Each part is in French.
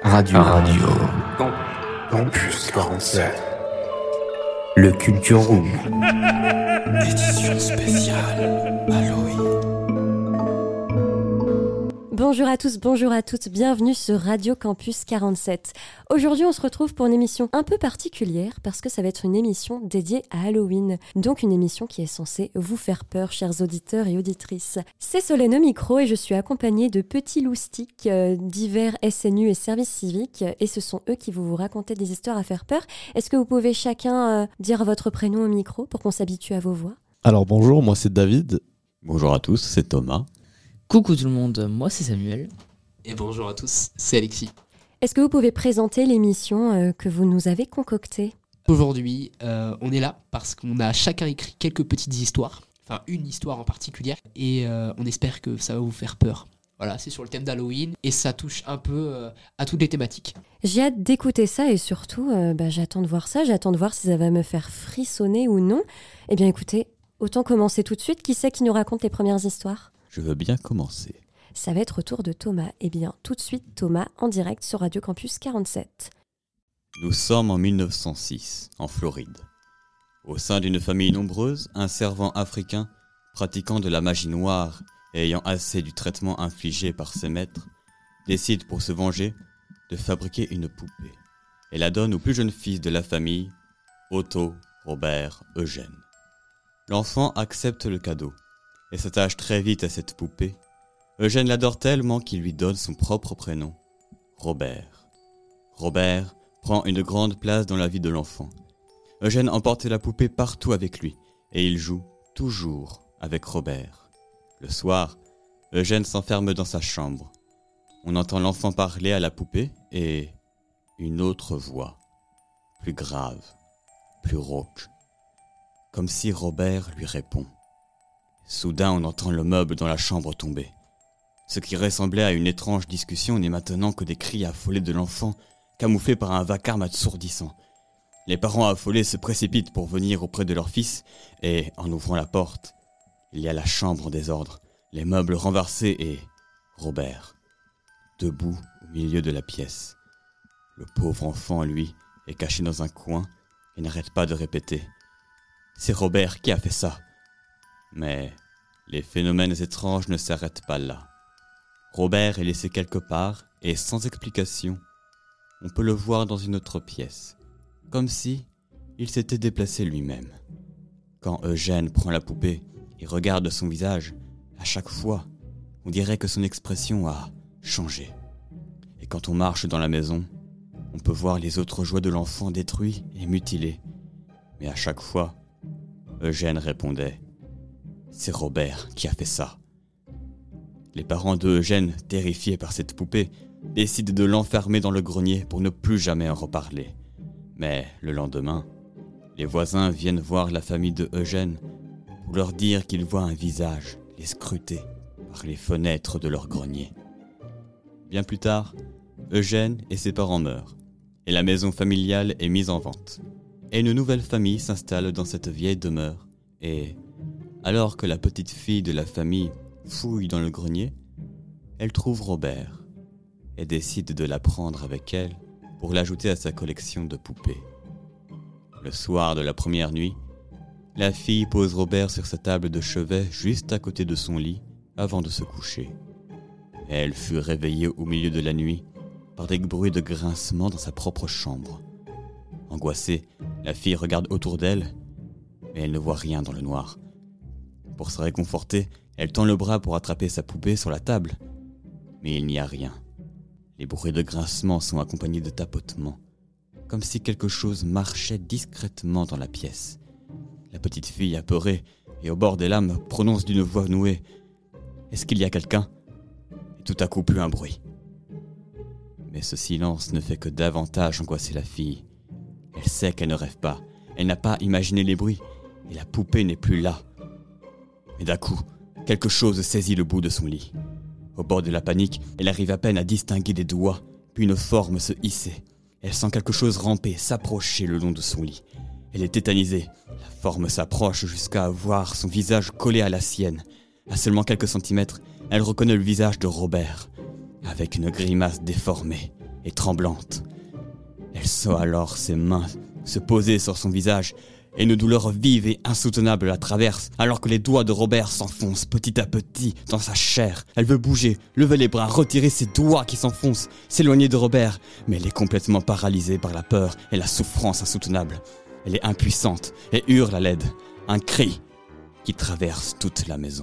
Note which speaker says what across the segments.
Speaker 1: Radio. Campus 47. Le Culture Room. Édition spéciale Halloween.
Speaker 2: Bonjour à tous, bonjour à toutes, bienvenue sur Radio Campus 47. Aujourd'hui, on se retrouve pour une émission un peu particulière parce que ça va être une émission dédiée à Halloween. Donc une émission qui est censée vous faire peur, chers auditeurs et auditrices. C'est Solène au micro et je suis accompagnée de petits loustiques divers SNU et services civiques et ce sont eux qui vont vous raconter des histoires à faire peur. Est-ce que vous pouvez chacun dire votre prénom au micro pour qu'on s'habitue à vos voix ?
Speaker 3: Alors bonjour, moi c'est David.
Speaker 4: Bonjour à tous, c'est Thomas.
Speaker 5: Coucou tout le monde, moi c'est Samuel.
Speaker 6: Et bonjour à tous, c'est Alexis.
Speaker 2: Est-ce que vous pouvez présenter l'émission que vous nous avez concoctée ?
Speaker 6: Aujourd'hui, on est là parce qu'on a chacun écrit quelques petites histoires, enfin une histoire en particulier, et on espère que ça va vous faire peur. Voilà, c'est sur le thème d'Halloween et ça touche un peu à toutes les thématiques.
Speaker 2: J'ai hâte d'écouter ça et surtout, j'attends de voir ça, j'attends de voir si ça va me faire frissonner ou non. Eh bien écoutez, autant commencer tout de suite. Qui c'est qui nous raconte les premières histoires ?
Speaker 4: Je veux bien commencer.
Speaker 2: Ça va être au tour de Thomas. Eh bien, tout de suite, Thomas, en direct sur Radio Campus 47.
Speaker 4: Nous sommes en 1906, en Floride. Au sein d'une famille nombreuse, un servant africain, pratiquant de la magie noire et ayant assez du traitement infligé par ses maîtres, décide pour se venger de fabriquer une poupée et la donne au plus jeune fils de la famille, Otto, Robert, Eugène. L'enfant accepte le cadeau et s'attache très vite à cette poupée. Eugène l'adore tellement qu'il lui donne son propre prénom, Robert. Robert prend une grande place dans la vie de l'enfant. Eugène emporte la poupée partout avec lui et il joue toujours avec Robert. Le soir, Eugène s'enferme dans sa chambre. On entend l'enfant parler à la poupée et une autre voix, plus grave, plus rauque, comme si Robert lui répond. Soudain, on entend le meuble dans la chambre tomber. Ce qui ressemblait à une étrange discussion n'est maintenant que des cris affolés de l'enfant, camouflés par un vacarme assourdissant. Les parents affolés se précipitent pour venir auprès de leur fils, et, en ouvrant la porte, il y a la chambre en désordre, les meubles renversés et Robert, debout au milieu de la pièce. Le pauvre enfant, lui, est caché dans un coin et n'arrête pas de répéter « C'est Robert qui a fait ça !» Mais les phénomènes étranges ne s'arrêtent pas là. Robert est laissé quelque part et sans explication, on peut le voir dans une autre pièce, comme si il s'était déplacé lui-même. Quand Eugène prend la poupée et regarde son visage, à chaque fois, on dirait que son expression a changé. Et quand on marche dans la maison, on peut voir les autres jouets de l'enfant détruits et mutilés. Mais à chaque fois, Eugène répondait « C'est Robert qui a fait ça ». Les parents de Eugène, terrifiés par cette poupée, décident de l'enfermer dans le grenier pour ne plus jamais en reparler. Mais le lendemain, les voisins viennent voir la famille de Eugène pour leur dire qu'ils voient un visage les scruter par les fenêtres de leur grenier. Bien plus tard, Eugène et ses parents meurent, et la maison familiale est mise en vente. Et une nouvelle famille s'installe dans cette vieille demeure, et alors que la petite fille de la famille fouille dans le grenier, elle trouve Robert et décide de la prendre avec elle pour l'ajouter à sa collection de poupées. Le soir de la première nuit, la fille pose Robert sur sa table de chevet juste à côté de son lit avant de se coucher. Elle fut réveillée au milieu de la nuit par des bruits de grincement dans sa propre chambre. Angoissée, la fille regarde autour d'elle, mais elle ne voit rien dans le noir. Pour se réconforter, elle tend le bras pour attraper sa poupée sur la table. Mais il n'y a rien. Les bruits de grincement sont accompagnés de tapotements, comme si quelque chose marchait discrètement dans la pièce. La petite fille, apeurée et au bord des larmes, prononce d'une voix nouée « Est-ce qu'il y a quelqu'un ?» Et tout à coup, plus un bruit. Mais ce silence ne fait que davantage angoisser la fille. Elle sait qu'elle ne rêve pas, elle n'a pas imaginé les bruits, et la poupée n'est plus là. Mais d'un coup, quelque chose saisit le bout de son lit. Au bord de la panique, elle arrive à peine à distinguer des doigts, puis une forme se hisser. Elle sent quelque chose ramper, s'approcher le long de son lit. Elle est tétanisée. La forme s'approche jusqu'à voir son visage collé à la sienne. À seulement quelques centimètres, elle reconnaît le visage de Robert, avec une grimace déformée. et tremblante. Elle sent alors ses mains se poser sur son visage et une douleur vive et insoutenable la traverse alors que les doigts de Robert s'enfoncent petit à petit dans sa chair. Elle veut bouger, lever les bras, retirer ses doigts qui s'enfoncent, s'éloigner de Robert, mais elle est complètement paralysée par la peur et la souffrance insoutenable. Elle est impuissante et hurle à l'aide, un cri qui traverse toute la maison.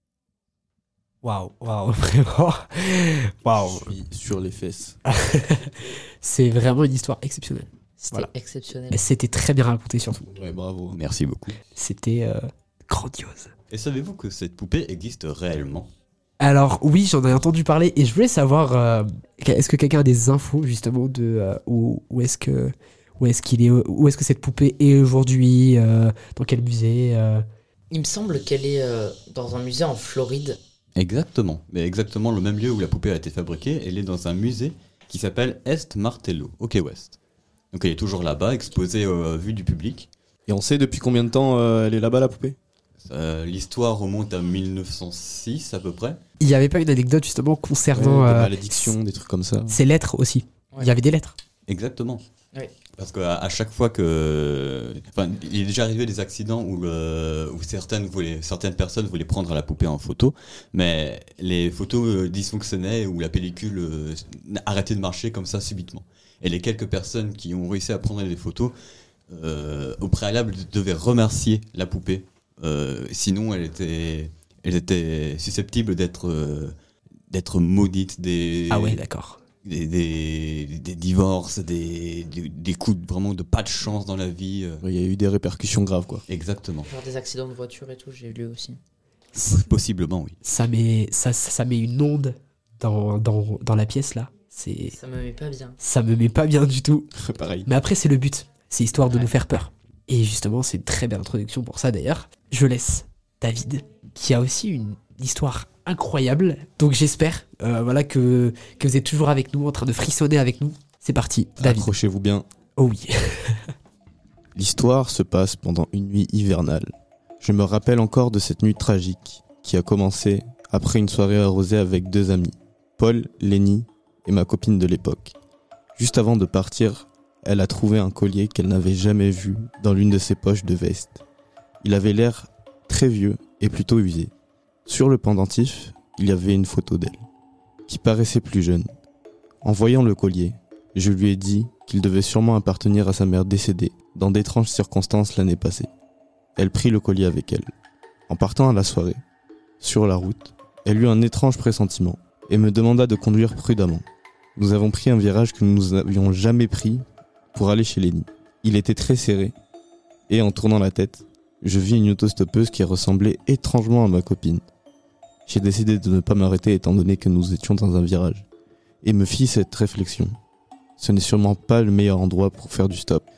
Speaker 6: Waouh, vraiment. Waouh.
Speaker 3: Je suis sur les fesses.
Speaker 6: C'est vraiment une histoire exceptionnelle.
Speaker 5: C'était
Speaker 6: Voilà.
Speaker 5: exceptionnel.
Speaker 6: Et c'était très bien raconté surtout.
Speaker 3: Ouais, bravo.
Speaker 4: Merci beaucoup.
Speaker 6: C'était grandiose.
Speaker 4: Et savez-vous que cette poupée existe réellement ?
Speaker 6: Alors oui, j'en ai entendu parler et je voulais savoir, est-ce que quelqu'un a des infos justement de où est-ce que cette poupée est aujourd'hui, dans quel musée
Speaker 5: Il me semble qu'elle est dans un musée en Floride.
Speaker 4: Exactement, mais exactement le même lieu où la poupée a été fabriquée, elle est dans un musée qui s'appelle Est Martello, au Quai Ouest. Donc elle est toujours là-bas, exposée vue du public.
Speaker 3: Et on sait depuis combien de temps elle est là-bas, la poupée ?
Speaker 4: L'histoire remonte à 1906 à peu près.
Speaker 6: Il n'y avait pas une anecdote justement concernant
Speaker 3: Des malédictions, des trucs comme ça.
Speaker 6: ces lettres aussi.
Speaker 5: Ouais.
Speaker 6: Il y avait des lettres.
Speaker 4: Exactement.
Speaker 5: Oui.
Speaker 4: Parce qu'à chaque fois que... Enfin, il est déjà arrivé des accidents où certaines personnes voulaient prendre la poupée en photo, mais les photos dysfonctionnaient ou la pellicule arrêtait de marcher comme ça subitement. Et les quelques personnes qui ont réussi à prendre les photos, au préalable, devaient remercier la poupée. Sinon, elle était susceptible d'être maudite
Speaker 6: Ah ouais, d'accord.
Speaker 4: des divorces, des coups vraiment de pas de chance dans la vie.
Speaker 3: Il y a eu des répercussions graves, quoi.
Speaker 4: Exactement.
Speaker 5: Genre des accidents de voiture et tout, j'ai lu aussi.
Speaker 4: Possiblement, oui.
Speaker 6: Ça met une onde dans la pièce là.
Speaker 5: Ça me met pas bien.
Speaker 6: Ça me met pas bien du tout.
Speaker 3: Pareil.
Speaker 6: Mais après, c'est le but. C'est histoire de
Speaker 5: Ouais.
Speaker 6: nous faire peur. Et justement, c'est une très belle introduction pour ça d'ailleurs. Je laisse David, qui a aussi une histoire incroyable. Donc j'espère que vous êtes toujours avec nous, en train de frissonner avec nous. C'est parti, David.
Speaker 3: Accrochez-vous bien.
Speaker 6: Oh oui.
Speaker 3: L'histoire se passe pendant une nuit hivernale. Je me rappelle encore de cette nuit tragique qui a commencé après une soirée arrosée avec 2 amis, Paul, Lenny et ma copine de l'époque. Juste avant de partir, elle a trouvé un collier qu'elle n'avait jamais vu dans l'une de ses poches de veste. Il avait l'air très vieux et plutôt usé. Sur le pendentif, il y avait une photo d'elle, qui paraissait plus jeune. En voyant le collier, je lui ai dit qu'il devait sûrement appartenir à sa mère décédée dans d'étranges circonstances l'année passée. Elle prit le collier avec elle. En partant à la soirée, sur la route, elle eut un étrange pressentiment et me demanda de conduire prudemment. Nous avons pris un virage que nous n'avions jamais pris pour aller chez Lenny. Il était très serré et en tournant la tête, je vis une autostoppeuse qui ressemblait étrangement à ma copine. J'ai décidé de ne pas m'arrêter étant donné que nous étions dans un virage et me fis cette réflexion. Ce n'est sûrement pas le meilleur endroit pour faire du stop.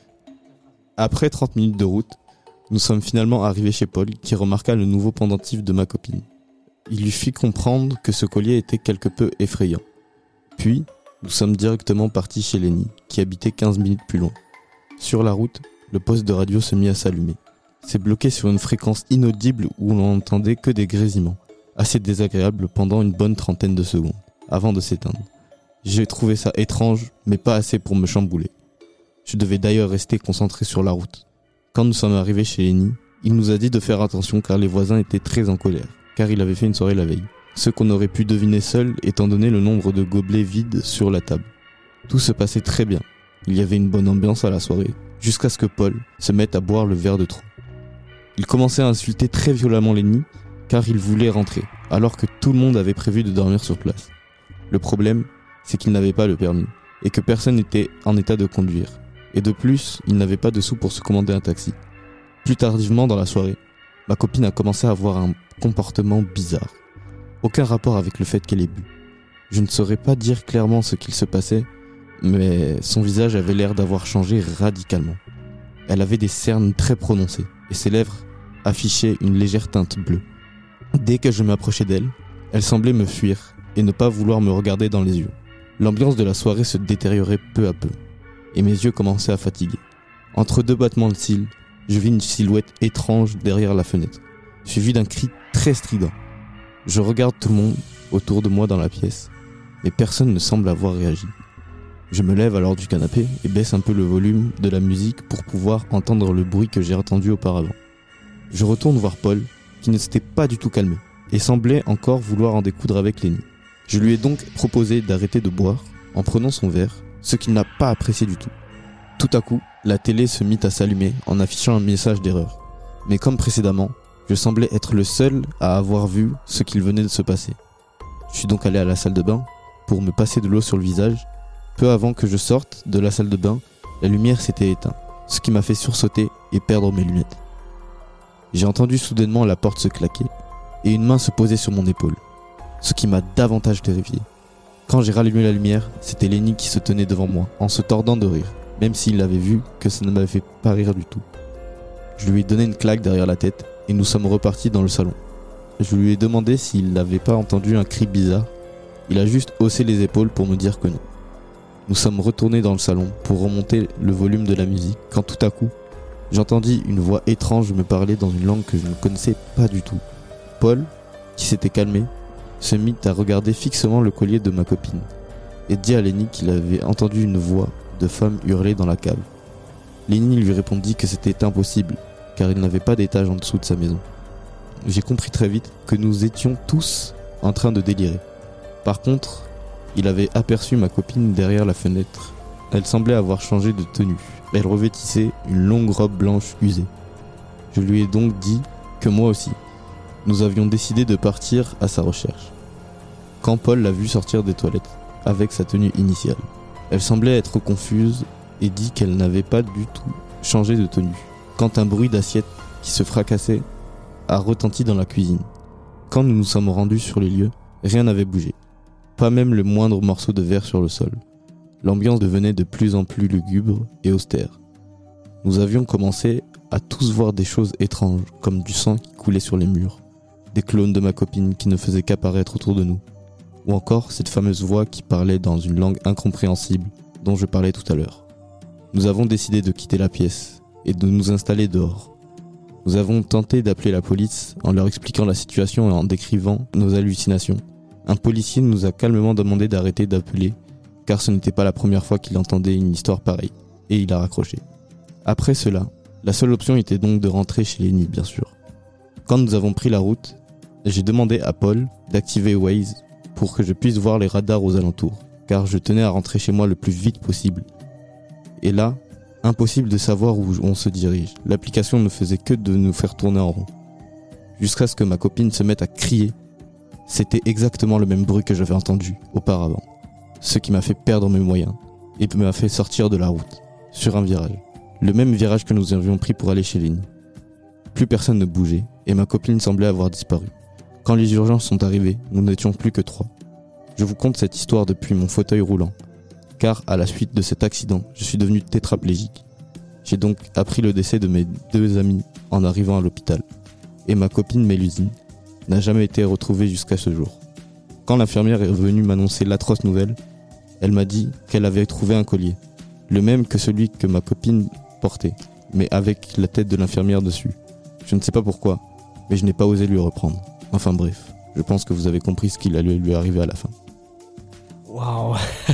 Speaker 3: Après 30 minutes de route, nous sommes finalement arrivés chez Paul qui remarqua le nouveau pendentif de ma copine. Il lui fit comprendre que ce collier était quelque peu effrayant. Puis, nous sommes directement partis chez Lenny, qui habitait 15 minutes plus loin. Sur la route, le poste de radio se mit à s'allumer. C'est bloqué sur une fréquence inaudible où l'on n'entendait que des grésillements, assez désagréables pendant une bonne trentaine de secondes, avant de s'éteindre. J'ai trouvé ça étrange, mais pas assez pour me chambouler. Je devais d'ailleurs rester concentré sur la route. Quand nous sommes arrivés chez Lenny, il nous a dit de faire attention car les voisins étaient très en colère, car il avait fait une soirée la veille. Ce qu'on aurait pu deviner seul étant donné le nombre de gobelets vides sur la table. Tout se passait très bien. Il y avait une bonne ambiance à la soirée, jusqu'à ce que Paul se mette à boire le verre de trop. Il commençait à insulter très violemment Lenny, car il voulait rentrer, alors que tout le monde avait prévu de dormir sur place. Le problème, c'est qu'il n'avait pas le permis, et que personne n'était en état de conduire. Et de plus, il n'avait pas de sous pour se commander un taxi. Plus tardivement dans la soirée, ma copine a commencé à avoir un comportement bizarre. Aucun rapport avec le fait qu'elle ait bu. Je ne saurais pas dire clairement ce qu'il se passait, mais son visage avait l'air d'avoir changé radicalement. Elle avait des cernes très prononcées, et ses lèvres affichaient une légère teinte bleue. Dès que je m'approchais d'elle, elle semblait me fuir et ne pas vouloir me regarder dans les yeux. L'ambiance de la soirée se détériorait peu à peu, et mes yeux commençaient à fatiguer. Entre 2 battements de cils, je vis une silhouette étrange derrière la fenêtre, suivie d'un cri très strident. Je regarde tout le monde autour de moi dans la pièce, mais personne ne semble avoir réagi. Je me lève alors du canapé et baisse un peu le volume de la musique pour pouvoir entendre le bruit que j'ai entendu auparavant. Je retourne voir Paul, qui ne s'était pas du tout calmé, et semblait encore vouloir en découdre avec Lenny. Je lui ai donc proposé d'arrêter de boire en prenant son verre, ce qu'il n'a pas apprécié du tout. Tout à coup, la télé se mit à s'allumer en affichant un message d'erreur. Mais comme précédemment, je semblais être le seul à avoir vu ce qu'il venait de se passer. Je suis donc allé à la salle de bain pour me passer de l'eau sur le visage. Peu avant que je sorte de la salle de bain, la lumière s'était éteinte, ce qui m'a fait sursauter et perdre mes lunettes. J'ai entendu soudainement la porte se claquer et une main se poser sur mon épaule, ce qui m'a davantage terrifié. Quand j'ai rallumé la lumière, c'était Lenny qui se tenait devant moi, en se tordant de rire, même s'il avait vu que ça ne m'avait fait pas rire du tout. Je lui ai donné une claque derrière la tête et nous sommes repartis dans le salon. Je lui ai demandé s'il n'avait pas entendu un cri bizarre. Il a juste haussé les épaules pour me dire que non. Nous sommes retournés dans le salon pour remonter le volume de la musique quand tout à coup, j'entendis une voix étrange me parler dans une langue que je ne connaissais pas du tout. Paul, qui s'était calmé, se mit à regarder fixement le collier de ma copine et dit à Lenny qu'il avait entendu une voix de femme hurler dans la cave. Lenny lui répondit que c'était impossible car il n'avait pas d'étage en dessous de sa maison. J'ai compris très vite que nous étions tous en train de délirer. Par contre, il avait aperçu ma copine derrière la fenêtre. Elle semblait avoir changé de tenue. Elle revêtissait une longue robe blanche usée. Je lui ai donc dit que moi aussi, nous avions décidé de partir à sa recherche. Quand Paul l'a vue sortir des toilettes avec sa tenue initiale, elle semblait être confuse et dit qu'elle n'avait pas du tout changé de tenue. Quand un bruit d'assiette qui se fracassait a retenti dans la cuisine. Quand nous nous sommes rendus sur les lieux, rien n'avait bougé. Pas même le moindre morceau de verre sur le sol. L'ambiance devenait de plus en plus lugubre et austère. Nous avions commencé à tous voir des choses étranges, comme du sang qui coulait sur les murs, des clones de ma copine qui ne faisaient qu'apparaître autour de nous, ou encore cette fameuse voix qui parlait dans une langue incompréhensible dont je parlais tout à l'heure. Nous avons décidé de quitter la pièce et de nous installer dehors. Nous avons tenté d'appeler la police en leur expliquant la situation et en décrivant nos hallucinations. Un policier nous a calmement demandé d'arrêter d'appeler car ce n'était pas la première fois qu'il entendait une histoire pareille, et il a raccroché. Après cela, la seule option était donc de rentrer chez Lenny, bien sûr. Quand nous avons pris la route, j'ai demandé à Paul d'activer Waze pour que je puisse voir les radars aux alentours, car je tenais à rentrer chez moi le plus vite possible. Et là, impossible de savoir où on se dirige. L'application ne faisait que de nous faire tourner en rond. Jusqu'à ce que ma copine se mette à crier. C'était exactement le même bruit que j'avais entendu auparavant. Ce qui m'a fait perdre mes moyens et m'a fait sortir de la route, sur un virage. Le même virage que nous avions pris pour aller chez Lenny. Plus personne ne bougeait et ma copine semblait avoir disparu. Quand les urgences sont arrivées, nous n'étions plus que 3. Je vous conte cette histoire depuis mon fauteuil roulant, car à la suite de cet accident, je suis devenu tétraplégique. J'ai donc appris le décès de mes 2 amis en arrivant à l'hôpital. Et ma copine Mélusine n'a jamais été retrouvée jusqu'à ce jour. Quand l'infirmière est venue m'annoncer l'atroce nouvelle, elle m'a dit qu'elle avait trouvé un collier, le même que celui que ma copine portait, mais avec la tête de l'infirmière dessus. Je ne sais pas pourquoi, mais je n'ai pas osé lui reprendre. Enfin bref, je pense que vous avez compris ce qu'il allait lui arriver à la fin.
Speaker 6: Waouh.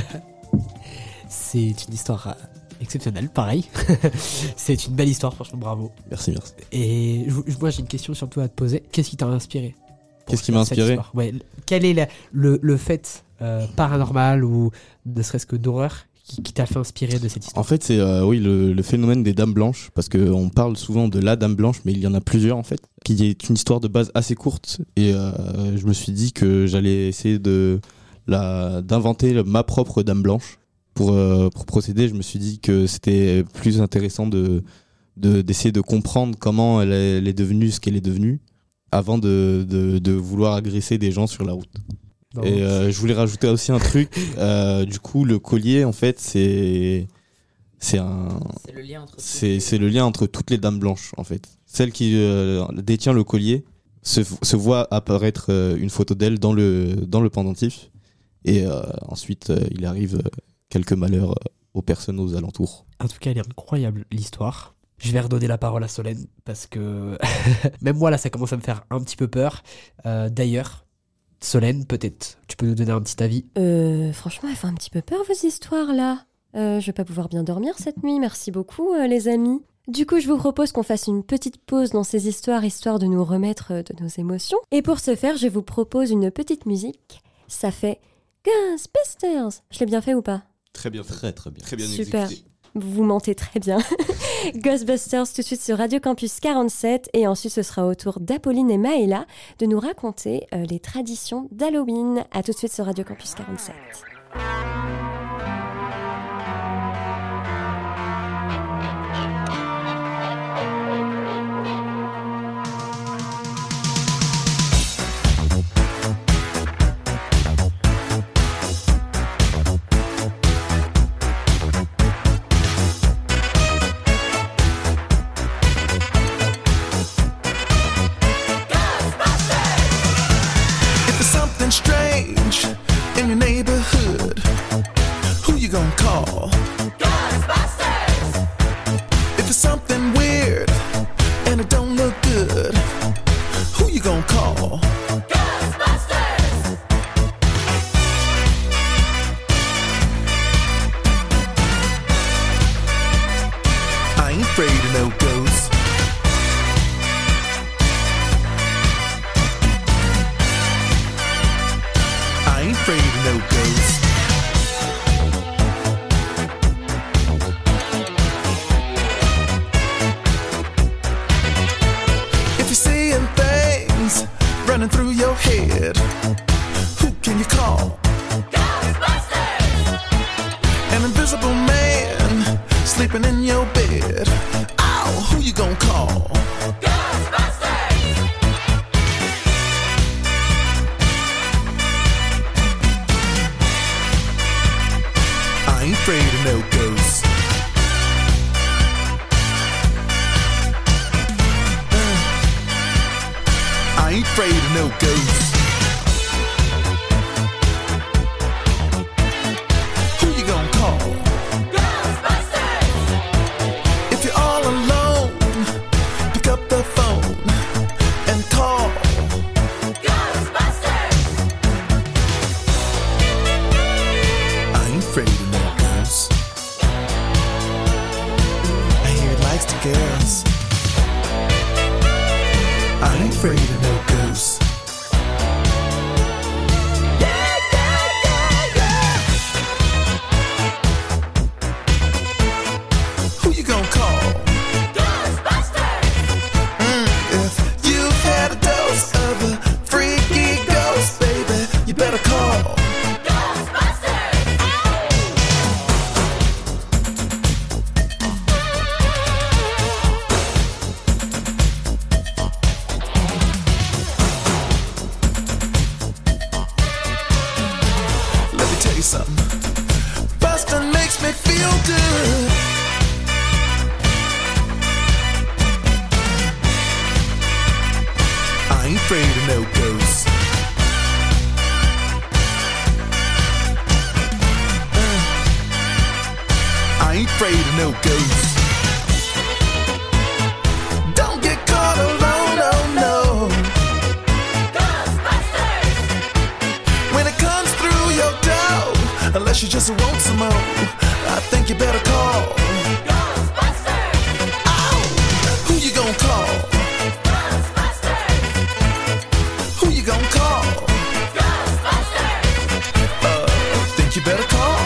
Speaker 6: C'est une histoire exceptionnelle, pareil. C'est une belle histoire, franchement, bravo.
Speaker 3: Merci, merci.
Speaker 6: Et moi, j'ai une question surtout à te poser. Qu'est-ce qui t'a inspiré?
Speaker 3: Qu'est-ce qui m'a inspiré?
Speaker 6: Ouais, quel est le fait paranormal ou ne serait-ce que d'horreur qui t'a fait inspirer de cette histoire?
Speaker 3: En fait, c'est oui, le phénomène des dames blanches, parce qu'on parle souvent de la dame blanche, mais il y en a plusieurs en fait, qui est une histoire de base assez courte, et je me suis dit que j'allais essayer d'inventer ma propre dame blanche. Pour procéder, je me suis dit que c'était plus intéressant d'essayer de comprendre comment elle est devenue ce qu'elle est devenue, avant de vouloir agresser des gens sur la route. Non. Et je voulais rajouter aussi un truc. Du coup, le collier, en fait, c'est le lien entre toutes les dames blanches, en fait. Celle qui détient le collier se voit apparaître une photo d'elle dans le pendentif, et ensuite il arrive quelques malheurs aux personnes aux alentours.
Speaker 6: En tout cas, elle est incroyable, l'histoire. Je vais redonner la parole à Solène, parce que même moi, là, ça commence à me faire un petit peu peur. D'ailleurs, Solène, peut-être, tu peux nous donner un petit avis?
Speaker 2: Franchement, elle fait un petit peu peur, vos histoires, là. Je vais pas pouvoir bien dormir cette nuit, merci beaucoup les amis. Du coup, je vous propose qu'on fasse une petite pause dans ces histoires, histoire de nous remettre de nos émotions. Et pour ce faire, je vous propose une petite musique. Ça fait Ghostbusters. Je l'ai bien fait ou pas ?
Speaker 3: Très bien fait.
Speaker 4: Très bien.
Speaker 3: Très bien
Speaker 2: Super.
Speaker 3: exécuté.
Speaker 2: Vous mentez très bien. Ghostbusters tout de suite sur Radio Campus 47 et ensuite ce sera au tour d'Apolline et Maëla de nous raconter les traditions d'Halloween. À tout de suite sur Radio Campus 47.
Speaker 7: Strange in your neighborhood, who you gonna call? Ghostbusters! If it's something weird and it don't look good, who you gonna call? Ghostbusters! I ain't afraid of no ghosts. I ain't afraid of no ghosts. If you're seeing things running through your head, who can you call? Ghostbusters! An invisible man sleeping in your bed. Oh, who you gonna call? I ain't afraid of no ghosts. I ain't afraid of no ghosts. Who you gonna call? Ghostbusters! If you're all alone, pick up the phone and call. Ghostbusters! I ain't afraid of no ghosts. I hear it likes the girls. I ain't afraid of no ghosts. Yeah, yeah, yeah, yeah. Who you gonna call? Ghostbusters! If you've had a dose of a freaky ghost, baby, you better call. Let me tell you something. Bustin' makes me feel good. I ain't afraid of no ghosts. I ain't afraid of no ghosts. Don't get caught alone, oh no. When it comes through your door, unless you just want some more, I think you better call. Oh, who you gonna call? Who you gonna call? Think you better call.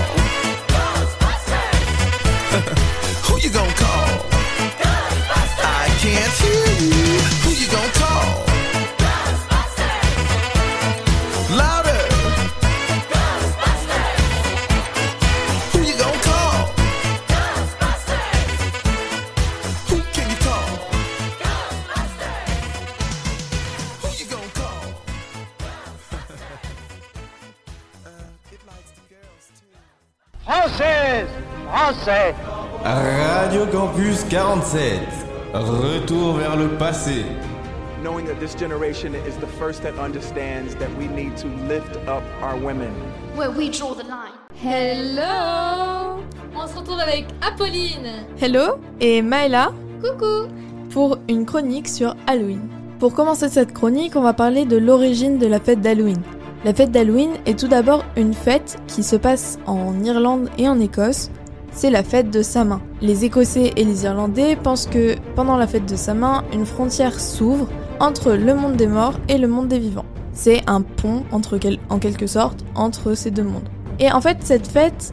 Speaker 7: Who you gonna call? I can't hear you. Who you gonna call? Louder. Who you gonna call? Who can you call? Who you gonna call? It likes the girls too.
Speaker 8: Française, Français.
Speaker 9: Radio Campus 47. Retour vers le passé.
Speaker 10: Knowing that this generation is the first that understands that we need to lift up our women.
Speaker 11: Where we draw the line.
Speaker 12: Hello! On se retrouve avec Apolline.
Speaker 13: Hello et Maëla.
Speaker 12: Coucou!
Speaker 13: Pour une chronique sur Halloween. Pour commencer cette chronique, on va parler de l'origine de la fête d'Halloween. La fête d'Halloween est tout d'abord une fête qui se passe en Irlande et en Écosse c'est la fête de Samhain. Les Écossais et les Irlandais pensent que pendant la fête de Samhain, une frontière s'ouvre entre le monde des morts et le monde des vivants. C'est un pont, en quelque sorte, entre ces deux mondes. Et en fait, cette fête,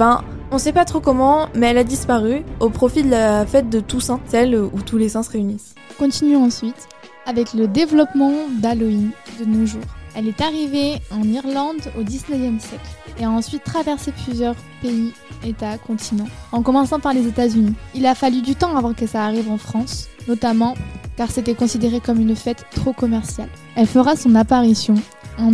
Speaker 13: on sait pas trop comment, mais elle a disparu au profit de la fête de Toussaint, celle où tous les saints se réunissent.
Speaker 11: Continuons ensuite avec le développement d'Halloween de nos jours. Elle est arrivée en Irlande au 19e siècle et a ensuite traversé plusieurs pays, États, continents, en commençant par les États-Unis. Il a fallu du temps avant que ça arrive en France, notamment car c'était considéré comme une fête trop commerciale. Elle fera son apparition en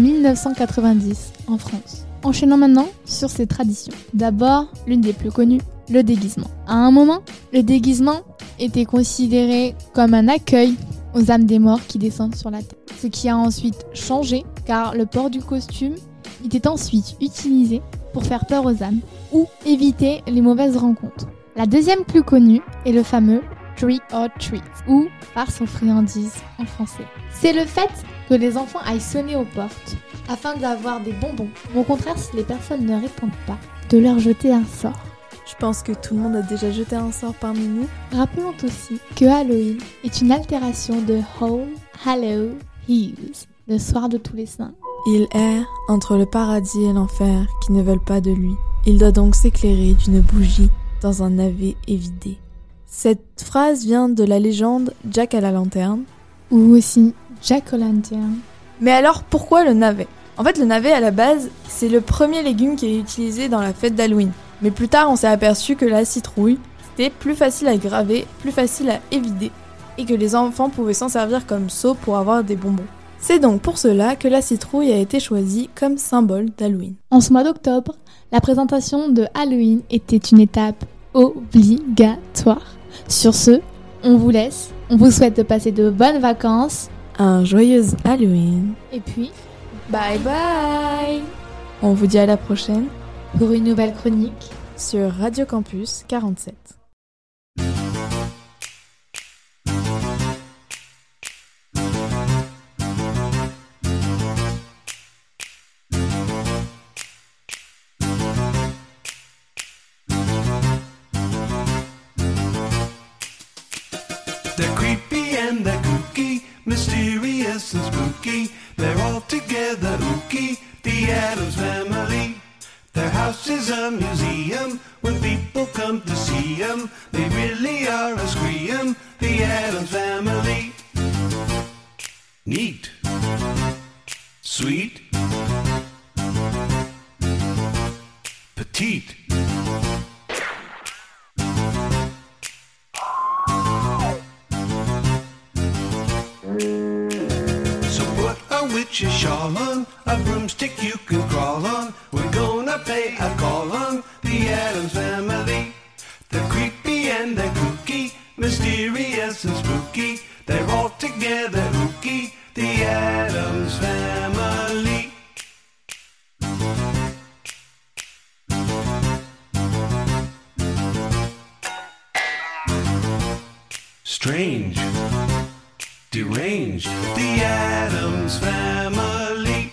Speaker 11: 1990 en France. Enchaînons maintenant sur ses traditions. D'abord, l'une des plus connues, le déguisement. À un moment, le déguisement était considéré comme un accueil aux âmes des morts qui descendent sur la tête. Ce qui a ensuite changé car le port du costume était ensuite utilisé pour faire peur aux âmes ou éviter les mauvaises rencontres. La deuxième plus connue est le fameux Trick or Treat ou farce aux friandises en français. C'est le fait que les enfants aillent sonner aux portes afin d'avoir des bonbons. Au contraire, si les personnes ne répondent pas, de leur jeter un sort.
Speaker 13: Je pense que tout le monde a déjà jeté un sort parmi nous.
Speaker 11: Rappelons aussi que Halloween est une altération de All Hallow Eve, le soir de tous les saints.
Speaker 13: Il erre entre le paradis et l'enfer qui ne veulent pas de lui. Il doit donc s'éclairer d'une bougie dans un navet évidé. Cette phrase vient de la légende Jack à la lanterne.
Speaker 11: Ou aussi Jack o' Lantern.
Speaker 13: Mais alors pourquoi le navet ? En fait, le navet à la base, c'est le premier légume qui est utilisé dans la fête d'Halloween. Mais plus tard, on s'est aperçu que la citrouille, c'était plus facile à graver, plus facile à évider, et que les enfants pouvaient s'en servir comme seau pour avoir des bonbons. C'est donc pour cela que la citrouille a été choisie comme symbole d'Halloween.
Speaker 11: En ce mois d'octobre, la présentation de Halloween était une étape obligatoire. Sur ce, on vous laisse, on vous souhaite de passer de bonnes vacances,
Speaker 13: un joyeux Halloween,
Speaker 11: et puis,
Speaker 13: bye bye. On vous dit à la prochaine
Speaker 11: pour une nouvelle chronique
Speaker 13: sur Radio Campus 47.
Speaker 7: They're creepy and they're kooky, mysterious and spooky. They're all together ooky, the Addams Family. Their house is a museum. When people come to see them, they really are a scream. The Addams Family. Neat. Sweet. Petite. Witch's shawl on, a broomstick you can crawl on. We're gonna pay a call on the Addams Family. They're creepy and they're kooky, mysterious and spooky. They're all together ooky, the Addams Family. Strange. Deranged, the Addams Family.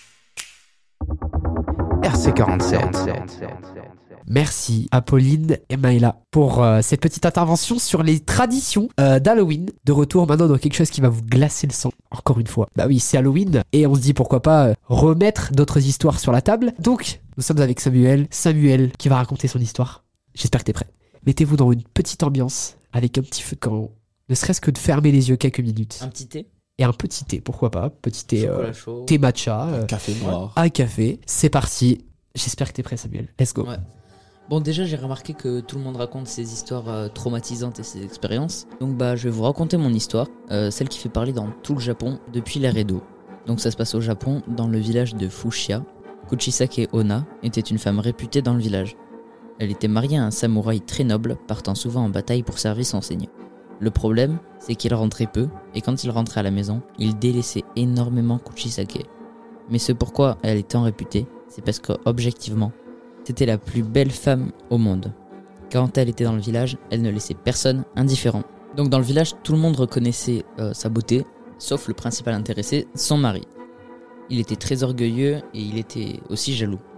Speaker 1: RC47.
Speaker 6: Merci Apolline et Maëla pour cette petite intervention sur les traditions d'Halloween. De retour maintenant dans quelque chose qui va vous glacer le sang, encore une fois. Bah oui, c'est Halloween et on se dit pourquoi pas remettre d'autres histoires sur la table. Donc, nous sommes avec Samuel qui va raconter son histoire. J'espère que t'es prêt. Mettez-vous dans une petite ambiance avec un petit feu de camp. Ne serait-ce que de fermer les yeux quelques minutes.
Speaker 5: Un petit thé.
Speaker 6: Et un petit thé, pourquoi pas. Petit thé,
Speaker 5: chaud.
Speaker 6: Thé matcha.
Speaker 3: Un café noir.
Speaker 6: Un café. C'est parti. J'espère que t'es prêt, Samuel. Let's go.
Speaker 5: Ouais. Bon, déjà, j'ai remarqué que tout le monde raconte ses histoires traumatisantes et ses expériences. Donc, je vais vous raconter mon histoire. Celle qui fait parler dans tout le Japon depuis l'ère Edo. Donc, ça se passe au Japon, dans le village de Fushia. Kuchisake Onna était une femme réputée dans le village. Elle était mariée à un samouraï très noble, partant souvent en bataille pour servir son seigneur. Le problème, c'est qu'il rentrait peu, et quand il rentrait à la maison, il délaissait énormément Kuchisake. Mais ce pourquoi elle est tant réputée, c'est parce qu'objectivement, c'était la plus belle femme au monde. Quand elle était dans le village, elle ne laissait personne indifférent. Donc dans le village, tout le monde reconnaissait sa beauté, sauf le principal intéressé, son mari. Il était très orgueilleux et il était aussi jaloux.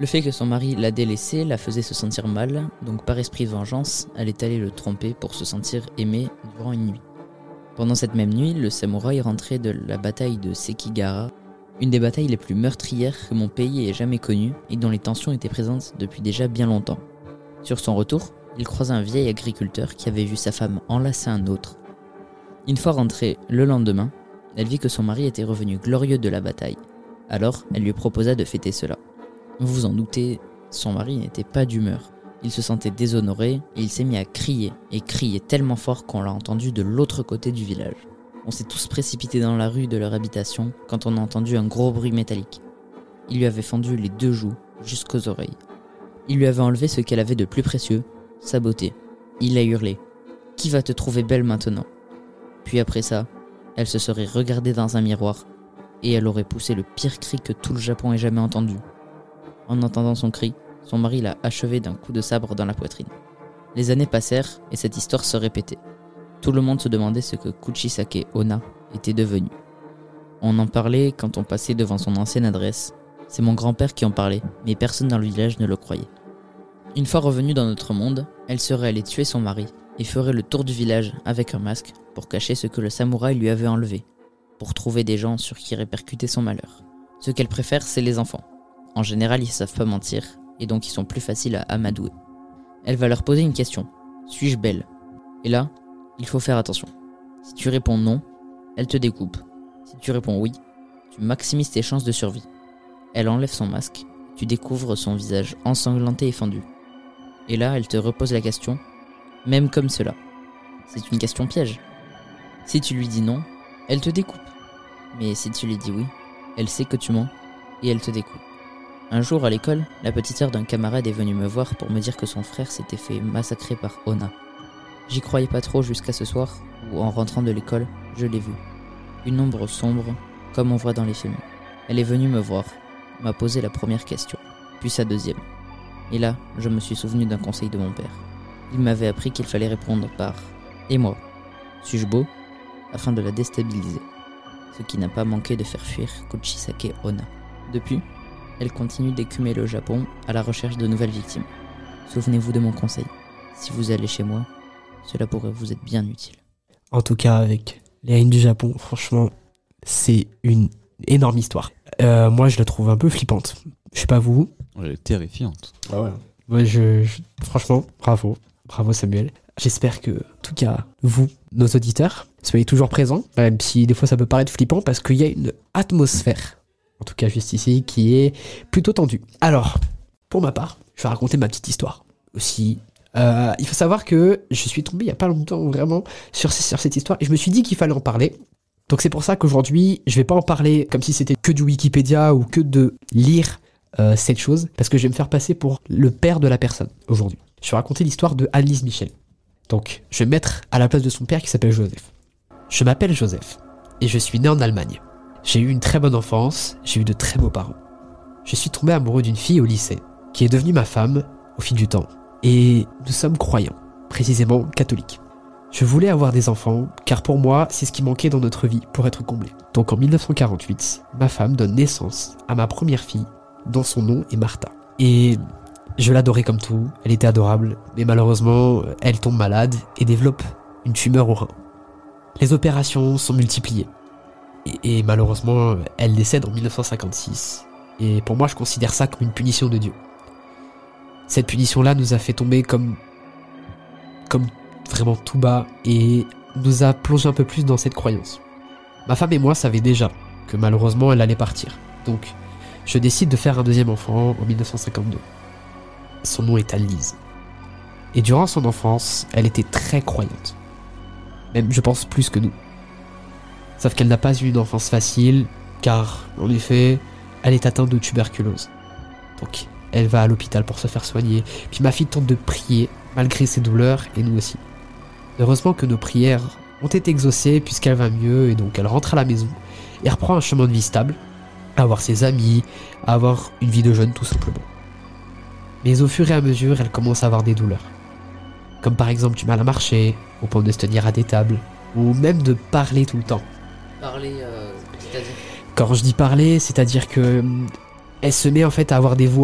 Speaker 5: Le fait que son mari la délaissée la faisait se sentir mal, donc par esprit de vengeance, elle est allée le tromper pour se sentir aimée durant une nuit. Pendant cette même nuit, le samouraï rentrait de la bataille de Sekigahara, une des batailles les plus meurtrières que mon pays ait jamais connues et dont les tensions étaient présentes depuis déjà bien longtemps. Sur son retour, il croisa un vieil agriculteur qui avait vu sa femme enlacer un autre. Une fois rentrée le lendemain, elle vit que son mari était revenu glorieux de la bataille. Alors, elle lui proposa de fêter cela. Vous vous en doutez, son mari n'était pas d'humeur. Il se sentait déshonoré et il s'est mis à crier, et crier tellement fort qu'on l'a entendu de l'autre côté du village. On s'est tous précipités dans la rue de leur habitation quand on a entendu un gros bruit métallique. Il lui avait fendu les 2 joues jusqu'aux oreilles. Il lui avait enlevé ce qu'elle avait de plus précieux, sa beauté. Il a hurlé « Qui va te trouver belle maintenant ?» Puis après ça, elle se serait regardée dans un miroir et elle aurait poussé le pire cri que tout le Japon ait jamais entendu. En entendant son cri, son mari l'a achevé d'un coup de sabre dans la poitrine. Les années passèrent et cette histoire se répétait. Tout le monde se demandait ce que Kuchisake Onna était devenu. On en parlait quand on passait devant son ancienne adresse. C'est mon grand-père qui en parlait, mais personne dans le village ne le croyait. Une fois revenue dans notre monde, elle serait allée tuer son mari et ferait le tour du village avec un masque pour cacher ce que le samouraï lui avait enlevé, pour trouver des gens sur qui répercuter son malheur. Ce qu'elle préfère, c'est les enfants. En général, ils savent pas mentir, et donc ils sont plus faciles à amadouer. Elle va leur poser une question. Suis-je belle ? Et là, il faut faire attention. Si tu réponds non, elle te découpe. Si tu réponds oui, tu maximises tes chances de survie. Elle enlève son masque, tu découvres son visage ensanglanté et fendu. Et là, elle te repose la question, même comme cela. C'est une question piège. Si tu lui dis non, elle te découpe. Mais si tu lui dis oui, elle sait que tu mens, et elle te découpe. Un jour à l'école, la petite sœur d'un camarade est venue me voir pour me dire que son frère s'était fait massacrer par Onna. J'y croyais pas trop jusqu'à ce soir, où en rentrant de l'école, je l'ai vue. Une ombre sombre, comme on voit dans les films. Elle est venue me voir, m'a posé la première question, puis sa deuxième. Et là, je me suis souvenu d'un conseil de mon père. Il m'avait appris qu'il fallait répondre par « Et moi ? Suis-je beau ?» afin de la déstabiliser. Ce qui n'a pas manqué de faire fuir Kuchisake Onna. Depuis, elle continue d'écumer le Japon à la recherche de nouvelles victimes. Souvenez-vous de mon conseil. Si vous allez chez moi, cela pourrait vous être bien utile.
Speaker 6: En tout cas, avec les haines du Japon, franchement, c'est une énorme histoire. Moi, je la trouve un peu flippante. Je sais pas vous.
Speaker 4: Elle est terrifiante.
Speaker 6: Ah ouais. Moi, franchement, bravo. Bravo Samuel. J'espère que, en tout cas, vous, nos auditeurs, soyez toujours présents, même si des fois ça peut paraître flippant, parce qu'il y a une atmosphère, en tout cas juste ici, qui est plutôt tendue. Alors, pour ma part, je vais raconter ma petite histoire aussi. Il faut savoir que je suis tombé il n'y a pas longtemps vraiment sur cette histoire, et je me suis dit qu'il fallait en parler. Donc c'est pour ça qu'aujourd'hui, je vais pas en parler comme si c'était que du Wikipédia ou que de lire cette chose, parce que je vais me faire passer pour le père de la personne aujourd'hui. Je vais raconter l'histoire de Annelise Michel. Donc, je vais me mettre à la place de son père qui s'appelle Joseph. Je m'appelle Joseph et je suis né en Allemagne. J'ai eu une très bonne enfance, j'ai eu de très beaux parents. Je suis tombé amoureux d'une fille au lycée, qui est devenue ma femme au fil du temps. Et nous sommes croyants, précisément catholiques. Je voulais avoir des enfants, car pour moi, c'est ce qui manquait dans notre vie pour être comblé. Donc en 1948, ma femme donne naissance à ma première fille, dont son nom est Martha. Et je l'adorais comme tout, elle était adorable, mais malheureusement, elle tombe malade et développe une tumeur au rein. Les opérations sont multipliées. Et malheureusement, elle décède en 1956. Et pour moi, je considère ça comme une punition de Dieu. Cette punition-là nous a fait tomber comme vraiment tout bas et nous a plongé un peu plus dans cette croyance. Ma femme et moi savaient déjà que malheureusement, elle allait partir. Donc, je décide de faire un deuxième enfant en 1952. Son nom est Annelise. Et durant son enfance, elle était très croyante. Même, je pense, plus que nous. Sauf qu'elle n'a pas eu une enfance facile, car, en effet, elle est atteinte de tuberculose. Donc, elle va à l'hôpital pour se faire soigner. Puis ma fille tente de prier, malgré ses douleurs, et nous aussi. Heureusement que nos prières ont été exaucées, puisqu'elle va mieux, et donc elle rentre à la maison, et reprend un chemin de vie stable, à avoir ses amis, à avoir une vie de jeune, tout simplement. Mais au fur et à mesure, elle commence à avoir des douleurs. Comme par exemple du mal à marcher, au point de se tenir à des tables, ou même de parler tout le temps.
Speaker 5: Parler, c'est-à-dire ?
Speaker 6: Quand je dis parler, c'est-à-dire que elle se met en fait à avoir des voix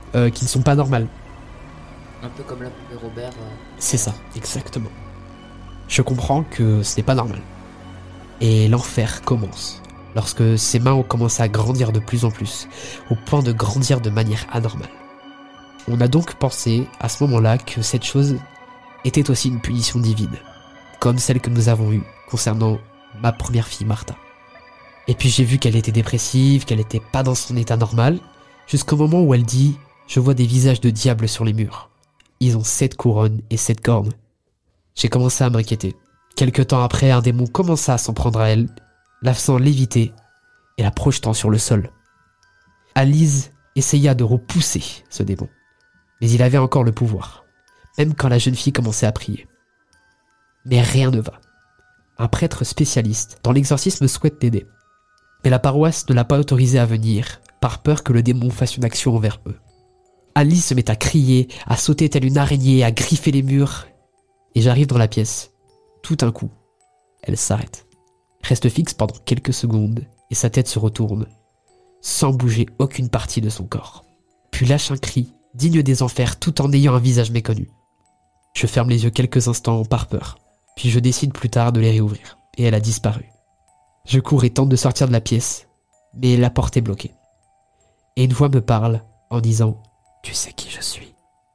Speaker 6: qui ne sont pas normales.
Speaker 5: Un peu comme la poupée Robert.
Speaker 6: C'est ça, exactement. Je comprends que ce n'est pas normal. Et l'enfer commence lorsque ses mains ont commencé à grandir de plus en plus, au point de grandir de manière anormale. On a donc pensé à ce moment-là que cette chose était aussi une punition divine, comme celle que nous avons eue concernant ma première fille Martha. Et puis j'ai vu qu'elle était dépressive, qu'elle n'était pas dans son état normal, jusqu'au moment où elle dit « Je vois des visages de diables sur les murs. Ils ont 7 couronnes et 7 cornes. » J'ai commencé à m'inquiéter. Quelque temps après, un démon commença à s'en prendre à elle, la faisant léviter et la projetant sur le sol. Alice essaya de repousser ce démon, mais il avait encore le pouvoir, même quand la jeune fille commençait à prier. Mais rien ne va. Un prêtre spécialiste dans l'exorcisme souhaite l'aider, mais la paroisse ne l'a pas autorisé à venir, par peur que le démon fasse une action envers eux. Alice se met à crier, à sauter telle une araignée, à griffer les murs, et j'arrive dans la pièce. Tout d'un coup, elle s'arrête, reste fixe pendant quelques secondes, et sa tête se retourne, sans bouger aucune partie de son corps. Puis lâche un cri, digne des enfers, tout en ayant un visage méconnu. Je ferme les yeux quelques instants par peur, puis je décide plus tard de les réouvrir, et elle a disparu. Je cours et tente de sortir de la pièce, mais la porte est bloquée. Et une voix me parle en disant « Tu sais qui je suis ?»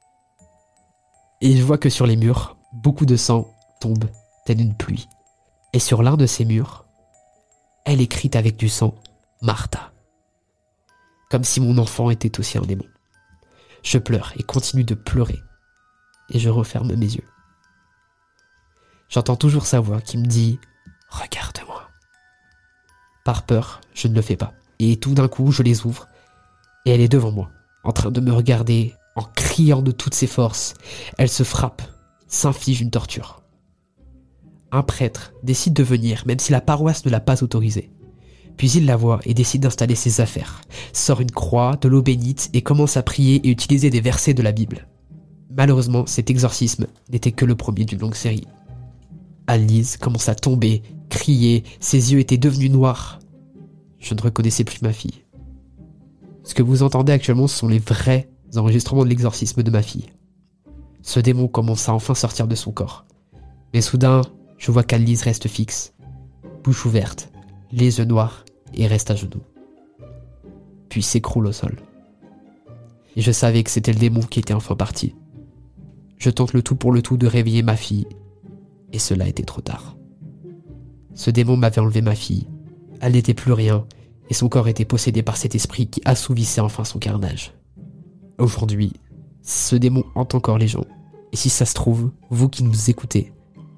Speaker 6: Et je vois que sur les murs, beaucoup de sang tombe telle une pluie. Et sur l'un de ces murs, elle écrit avec du sang « Martha ». Comme si mon enfant était aussi un démon. Je pleure et continue de pleurer. Et je referme mes yeux. J'entends toujours sa voix qui me dit « Regarde-moi ». Par peur, je ne le fais pas. Et tout d'un coup, je les ouvre. Et elle est devant moi, en train de me regarder, en criant de toutes ses forces. Elle se frappe, s'inflige une torture. Un prêtre décide de venir, même si la paroisse ne l'a pas autorisé. Puis il la voit et décide d'installer ses affaires, sort une croix, de l'eau bénite et commence à prier et utiliser des versets de la Bible. Malheureusement, cet exorcisme n'était que le premier d'une longue série. Alice commence à tomber, crier, ses yeux étaient devenus noirs. Je ne reconnaissais plus ma fille. Ce que vous entendez actuellement, ce sont les vrais enregistrements de l'exorcisme de ma fille. Ce démon commence à enfin sortir de son corps. Mais soudain, je vois qu'Alice reste fixe, bouche ouverte, les yeux noirs et reste à genoux. Puis s'écroule au sol. Et je savais que c'était le démon qui était enfin parti. Je tente le tout pour le tout de réveiller ma fille, et cela était trop tard. Ce démon m'avait enlevé ma fille, elle n'était plus rien, et son corps était possédé par cet esprit qui assouvissait enfin son carnage. Aujourd'hui, ce démon hante encore les gens, et si ça se trouve, vous qui nous écoutez,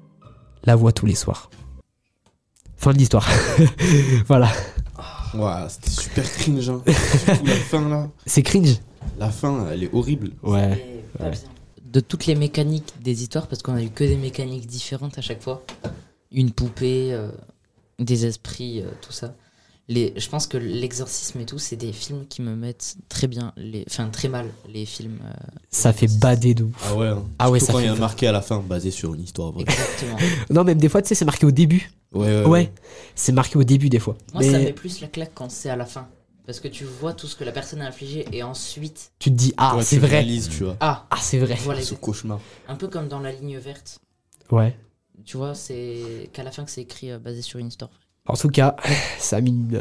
Speaker 6: la voit tous les soirs. Fin de l'histoire. Voilà.
Speaker 3: Ouah, c'était super cringe, hein. Surtout la fin là.
Speaker 6: C'est cringe.
Speaker 3: La fin, elle est horrible.
Speaker 6: Ouais.
Speaker 5: De toutes les mécaniques des histoires, parce qu'on a eu que des mécaniques différentes à chaque fois. Une poupée, des esprits, tout ça. Je pense que l'exorcisme et tout, c'est des films qui me mettent très bien, très mal, les films.
Speaker 6: Ça fait bader de ouf.
Speaker 3: Ah ouais. Hein.
Speaker 6: Ah ouais,
Speaker 3: surtout
Speaker 6: ça
Speaker 3: quand
Speaker 6: fait
Speaker 3: il y a marqué à la fin, basé sur une histoire vraie.
Speaker 5: Exactement.
Speaker 6: Non, même des fois, tu sais, c'est marqué au début.
Speaker 3: Ouais.
Speaker 6: C'est marqué au début des fois.
Speaker 5: Moi, ça met plus la claque quand c'est à la fin. Parce que tu vois tout ce que la personne a infligé et ensuite...
Speaker 6: Tu te dis, c'est vrai.
Speaker 3: Réalises, tu vois.
Speaker 6: Ah, c'est vrai.
Speaker 5: Voilà,
Speaker 3: ce cauchemar.
Speaker 5: Un peu comme dans La Ligne Verte.
Speaker 6: Ouais.
Speaker 5: Tu vois, c'est qu'à la fin que c'est écrit basé sur une histoire vraie.
Speaker 6: En tout cas, ça a mis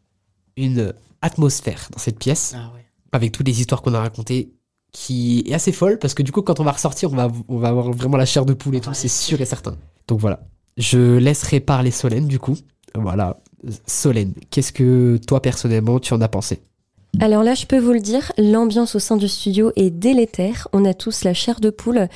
Speaker 6: une atmosphère dans cette pièce.
Speaker 5: Ah ouais.
Speaker 6: Avec toutes les histoires qu'on a racontées, qui est assez folle, parce que du coup, quand on va ressortir, on va avoir vraiment la chair de poule et tout, c'est sûr et certain. Donc voilà. Je laisserai parler Solène, du coup. Voilà. Solène, qu'est-ce que toi, personnellement, tu en as pensé ?
Speaker 2: Alors là, je peux vous le dire, l'ambiance au sein du studio est délétère. On a tous la chair de poule.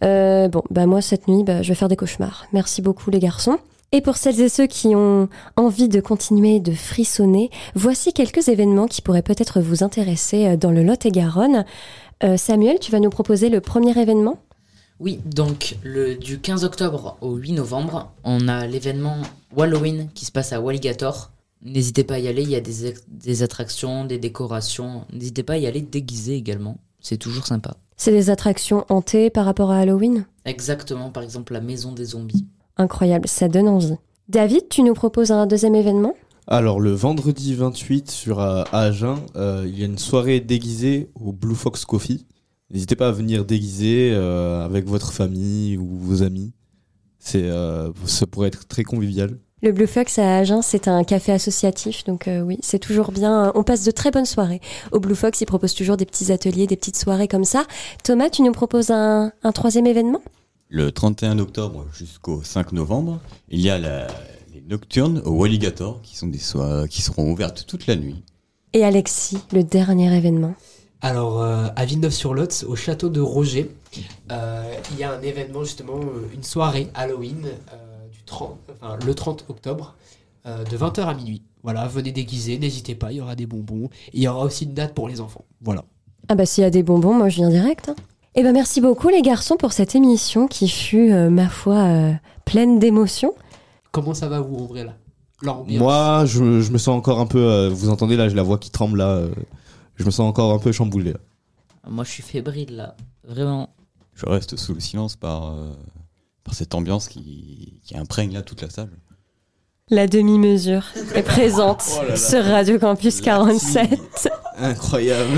Speaker 2: Moi, cette nuit, je vais faire des cauchemars. Merci beaucoup, les garçons. Et pour celles et ceux qui ont envie de continuer de frissonner, voici quelques événements qui pourraient peut-être vous intéresser dans le Lot-et-Garonne. Samuel, tu vas nous proposer le premier événement ?
Speaker 5: Oui, donc du 15 octobre au 8 novembre, on a l'événement Halloween qui se passe à Walligator. N'hésitez pas à y aller, il y a des attractions, des décorations. N'hésitez pas à y aller déguisé également, c'est toujours sympa.
Speaker 2: C'est des attractions hantées par rapport à Halloween ?
Speaker 5: Exactement, par exemple la maison des zombies.
Speaker 2: Incroyable, ça donne envie. David, tu nous proposes un deuxième événement ?
Speaker 3: Alors, le vendredi 28 à Agen, il y a une soirée déguisée au Blue Fox Coffee. N'hésitez pas à venir déguiser avec votre famille ou vos amis. Ça pourrait être très convivial.
Speaker 2: Le Blue Fox à Agen, c'est un café associatif, donc oui, c'est toujours bien. On passe de très bonnes soirées. Au Blue Fox, ils proposent toujours des petits ateliers, des petites soirées comme ça. Thomas, tu nous proposes un troisième événement ?
Speaker 4: Le 31 octobre jusqu'au 5 novembre, il y a les nocturnes au Walligator, qui seront ouvertes toute la nuit.
Speaker 2: Et Alexis, le dernier événement ?
Speaker 6: Alors, à Villeneuve-sur-Lot, au château de Roger, il y a un événement, justement, une soirée Halloween, le 30 octobre, de 20h à minuit. Voilà, venez déguiser, n'hésitez pas, il y aura des bonbons. Et il y aura aussi une date pour les enfants. Voilà.
Speaker 2: Ah bah s'il y a des bonbons, moi je viens direct. Hein. Eh ben merci beaucoup les garçons pour cette émission qui fut, ma foi, pleine d'émotions.
Speaker 6: Comment ça va vous ouvrir là l'ambiance?
Speaker 3: Moi, je me sens encore un peu... vous entendez là, j'ai la voix qui tremble là. Je me sens encore un peu chamboulé là.
Speaker 5: Moi je suis fébrile là, vraiment.
Speaker 4: Je reste sous le silence par cette ambiance qui imprègne là toute la salle.
Speaker 2: La demi-mesure est présente sur Radio Campus 47.
Speaker 3: Incroyable.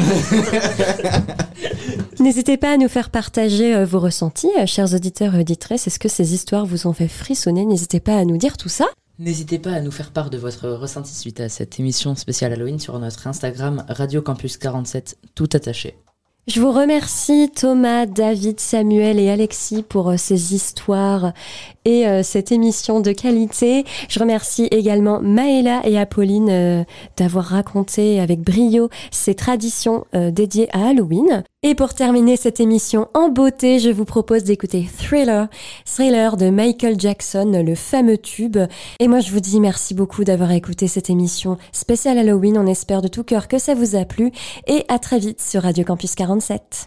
Speaker 2: N'hésitez pas à nous faire partager vos ressentis, chers auditeurs et auditrices. Est-ce que ces histoires vous ont fait frissonner ? N'hésitez pas à nous dire tout ça.
Speaker 5: N'hésitez pas à nous faire part de votre ressenti suite à cette émission spéciale Halloween sur notre Instagram Radio Campus 47, tout attaché.
Speaker 2: Je vous remercie Thomas, David, Samuel et Alexis pour ces histoires et cette émission de qualité. Je remercie également Maëla et Apolline d'avoir raconté avec brio ces traditions dédiées à Halloween. Et pour terminer cette émission en beauté, je vous propose d'écouter Thriller de Michael Jackson, le fameux tube. Et moi je vous dis merci beaucoup d'avoir écouté cette émission spéciale Halloween. On espère de tout cœur que ça vous a plu et à très vite sur Radio Campus 47.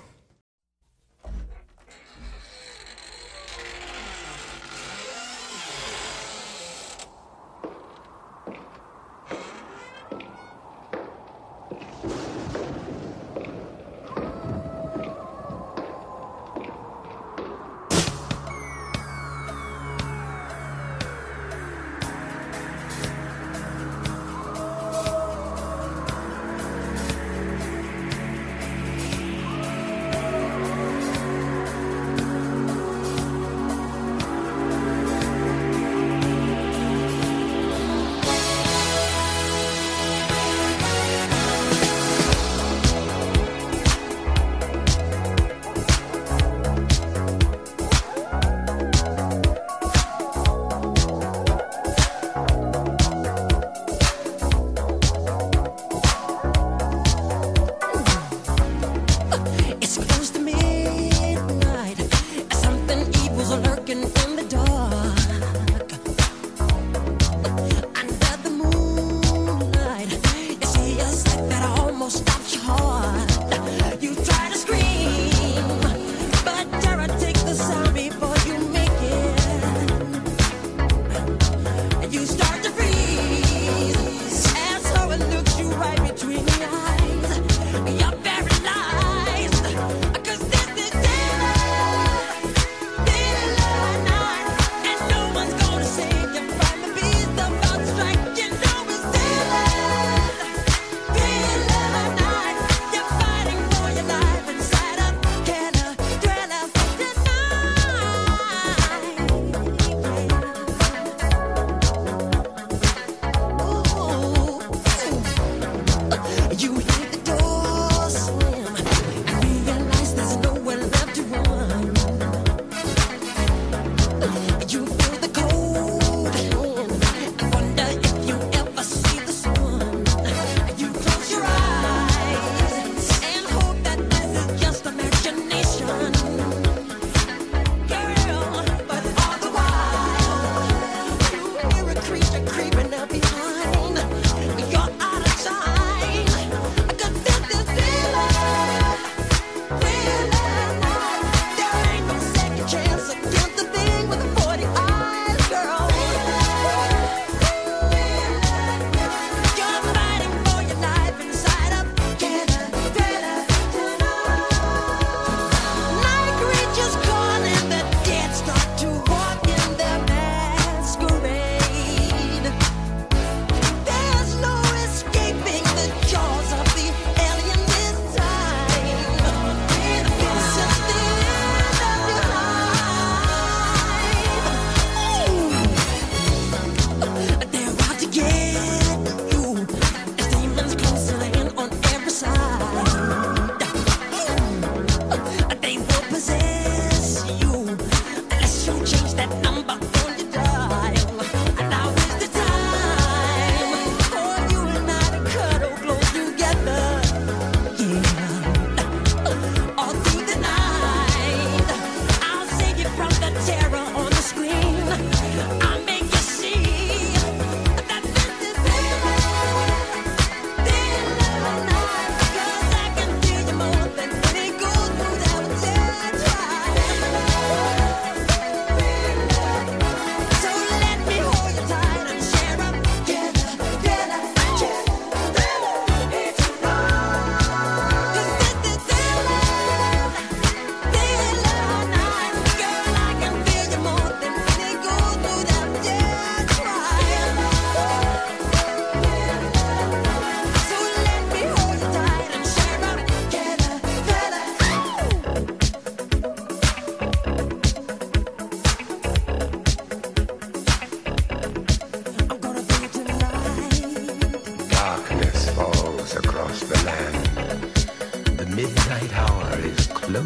Speaker 14: Now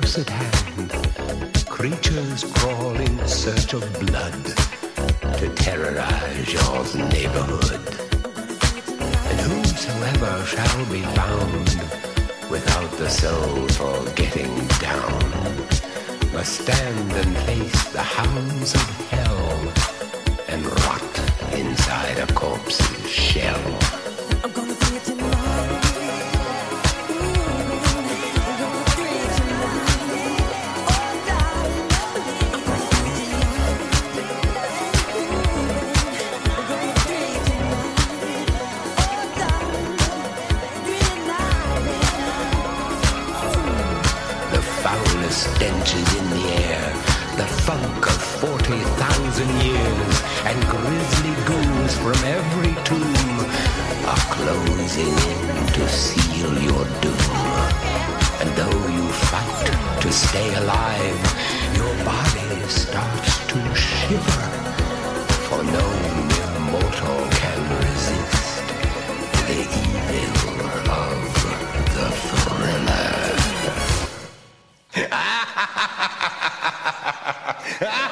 Speaker 14: close at hand. Creatures crawl in search of blood to terrorize your neighborhood. And whosoever shall be found without the soul for getting down must stand and face the hounds of hell and rot inside a corpse's shell. I'm gonna bring it to life. Stench is in the air, the funk of 40,000 years, and grisly ghouls from every tomb are closing in to seal your doom. And though you fight to stay alive, your body starts to shiver, for no mere mortal can resist the evil of the thriller.